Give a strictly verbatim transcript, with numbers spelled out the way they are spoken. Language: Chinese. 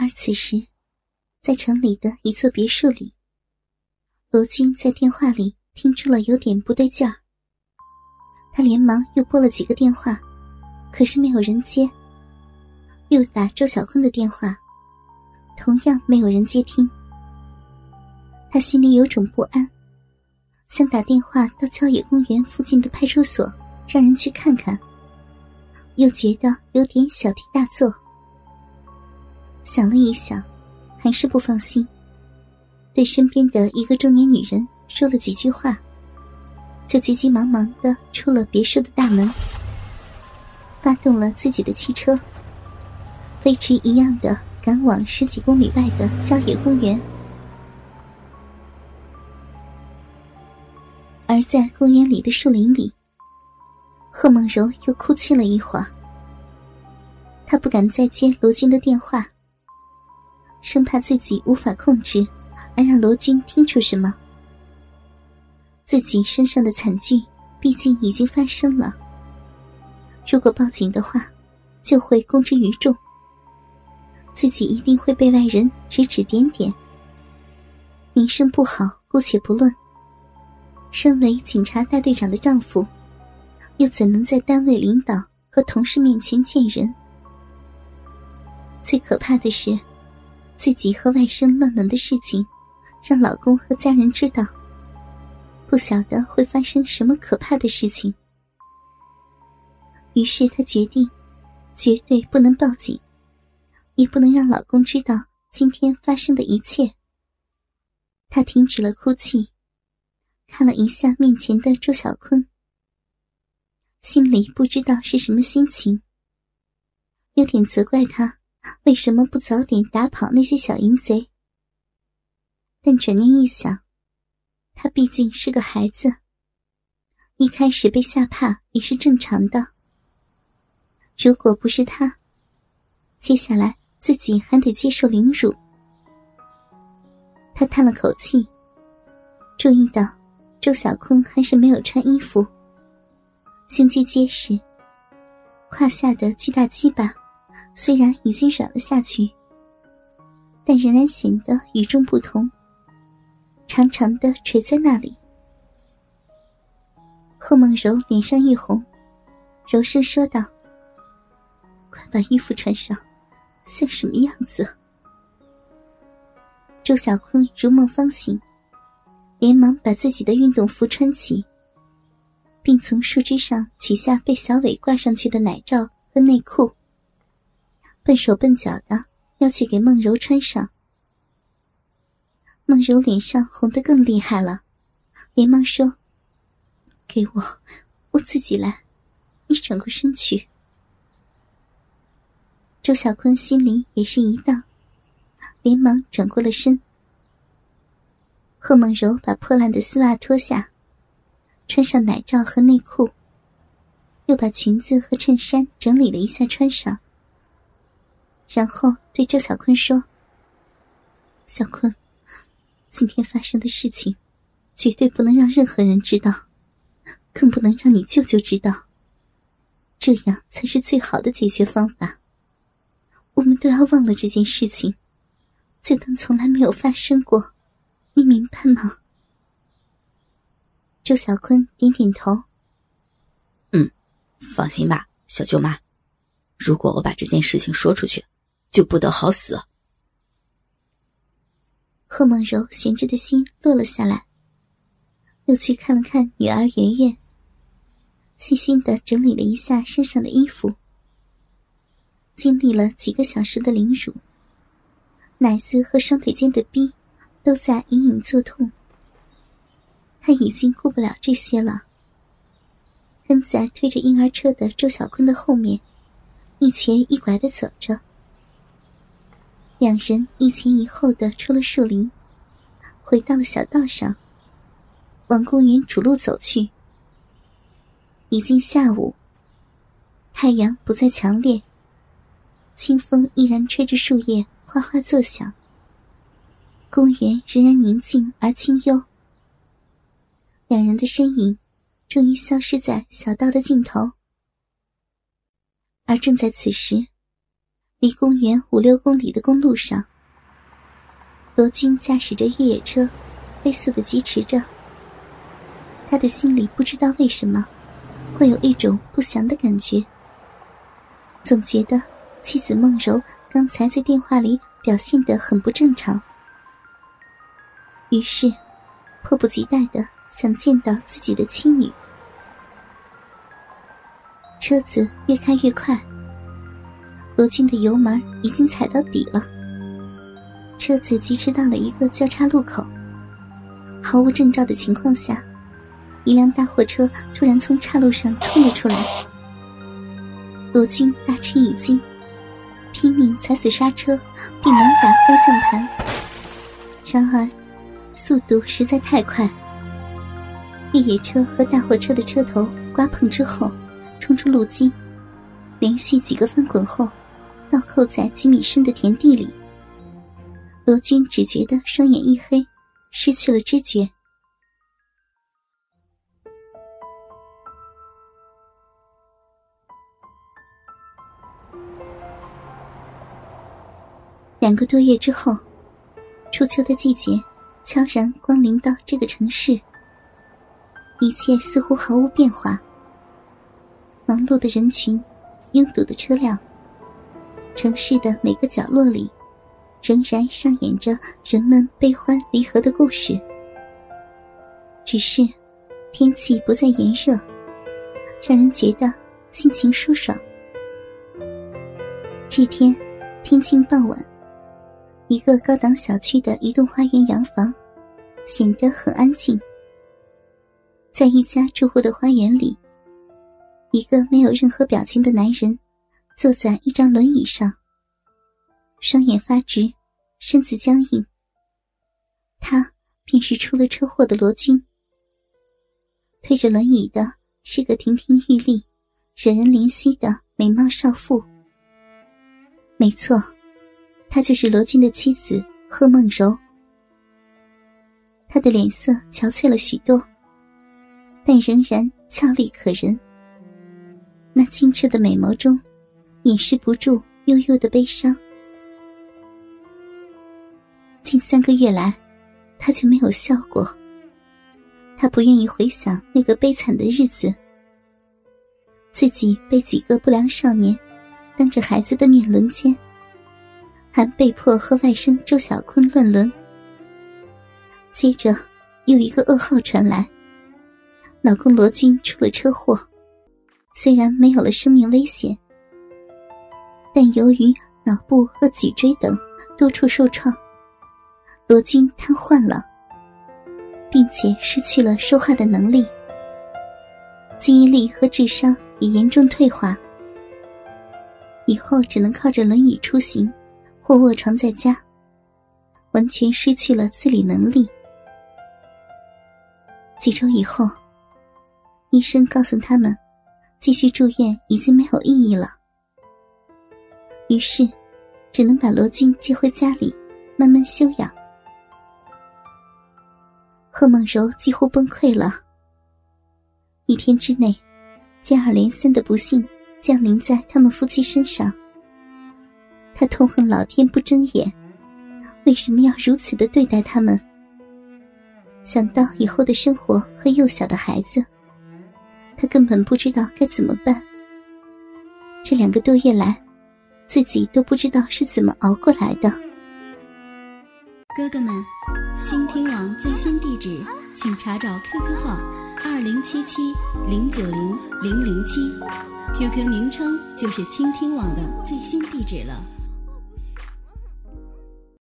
而此时，在城里的一座别墅里，罗军在电话里听出了有点不对劲儿。他连忙又拨了几个电话，可是没有人接，又打周小坤的电话，同样没有人接听。他心里有种不安，想打电话到郊野公园附近的派出所让人去看看，又觉得有点小题大做。想了一想，还是不放心，对身边的一个中年女人说了几句话，就急急忙忙地出了别墅的大门，发动了自己的汽车，飞驰一样的赶往十几公里外的郊野公园。而在公园里的树林里，贺梦柔又哭泣了一会儿。她不敢再接罗军的电话，生怕自己无法控制而让罗军听出什么。自己身上的惨剧毕竟已经发生了，如果报警的话就会公之于众，自己一定会被外人指指点点，名声不好姑且不论，身为警察大队长的丈夫，又怎能在单位领导和同事面前见人？最可怕的是，自己和外甥乱伦的事情让老公和家人知道，不晓得会发生什么可怕的事情。于是她决定绝对不能报警，也不能让老公知道今天发生的一切。她停止了哭泣，看了一下面前的周小坤，心里不知道是什么心情，有点责怪他为什么不早点打跑那些小淫贼。但转念一想，他毕竟是个孩子，一开始被吓怕也是正常的。如果不是他，接下来自己还得接受凌辱。他叹了口气，注意到周小坤还是没有穿衣服，胸肌结实，胯下的巨大鸡巴虽然已经软了下去，但仍然显得与众不同，长长的垂在那里。贺梦柔脸上一红，柔声说道：“快把衣服穿上，像什么样子？”周小坤如梦方醒，连忙把自己的运动服穿起，并从树枝上取下被小伟挂上去的奶罩和内裤，笨手笨脚的要去给梦柔穿上。梦柔脸上红得更厉害了，连忙说：“给我，我自己来，你转过身去。”周小坤心里也是一荡，连忙转过了身。贺梦柔把破烂的丝袜脱下，穿上奶罩和内裤，又把裙子和衬衫整理了一下穿上，然后对周小坤说：“小坤，今天发生的事情绝对不能让任何人知道，更不能让你舅舅知道，这样才是最好的解决方法。我们都要忘了这件事情，就当从来没有发生过，你明白吗？”周小坤点点头：“ 嗯，放心吧，小舅妈，如果我把这件事情说出去，就不得好死。” 贺梦柔悬着的心落了下来，又去看了看女儿圆圆，细心地整理了一下身上的衣服。经历了几个小时的凌辱，奶子和双腿间的逼都在隐隐作痛。他已经顾不了这些了，跟在推着婴儿车的周小坤的后面，一瘸一拐地走着。两人一前一后地出了树林，回到了小道上，往公园主路走去。已经下午，太阳不再强烈，清风依然吹着树叶哗哗作响，公园仍然宁静而清幽。两人的身影终于消失在小道的尽头。而正在此时， 离公园五六公里的公路上，罗军驾驶着越野车飞速地疾驰着。他的心里不知道为什么会有一种不祥的感觉，总觉得妻子梦柔刚才在电话里表现得很不正常，于是迫不及待地想见到自己的妻女。车子越开越快，罗军的油门已经踩到底了。车子疾驰到了一个交叉路口，毫无征兆的情况下，一辆大货车突然从岔路上冲了出来。罗军大吃一惊，拼命踩死刹车，并猛打方向盘。然而速度实在太快，越野车和大货车的车头刮碰之后冲出路基，连续几个翻滚后倒扣在几米深的田地里。罗军只觉得双眼一黑，失去了知觉。两个多月之后，初秋的季节悄然光临到这个城市，一切似乎毫无变化。忙碌的人群，拥堵的车辆，城市的每个角落里仍然上演着人们悲欢离合的故事。只是天气不再炎热，让人觉得心情舒爽。这天天近傍晚，一个高档小区的一栋花园洋房显得很安静。在一家住户的花园里，一个没有任何表情的男人坐在一张轮椅上，双眼发直，身子僵硬。他便是出了车祸的罗军。推着轮椅的是个亭亭玉立、惹人怜惜的美貌少妇。没错，她就是罗军的妻子贺梦柔。她的脸色憔悴了许多，但仍然俏丽可人。那清澈的美眸中掩饰不住悠悠的悲伤。近三个月来，他就没有笑过。他不愿意回想那个悲惨的日子，自己被几个不良少年当着孩子的面轮奸，还被迫和外甥周小坤乱伦。接着又一个噩耗传来，老公罗军出了车祸，虽然没有了生命危险，但由于脑部和脊椎等多处受创，罗军瘫痪了，并且失去了说话的能力，记忆力和智商也严重退化，以后只能靠着轮椅出行或卧床在家，完全失去了自理能力。几周以后，医生告诉他们继续住院已经没有意义了，于是只能把罗军接回家里慢慢休养。贺梦柔几乎崩溃了，一天之内接二连三的不幸降临在他们夫妻身上。她痛恨老天不睁眼，为什么要如此的对待他们？想到以后的生活和幼小的孩子，她根本不知道该怎么办。这两个多月来，自己都不知道是怎么熬过来的。 哥哥们，倾听网最新地址请查找 Q Q 号二零七七零九零零零七 ，Q Q 名称就是倾听网的最新地址了。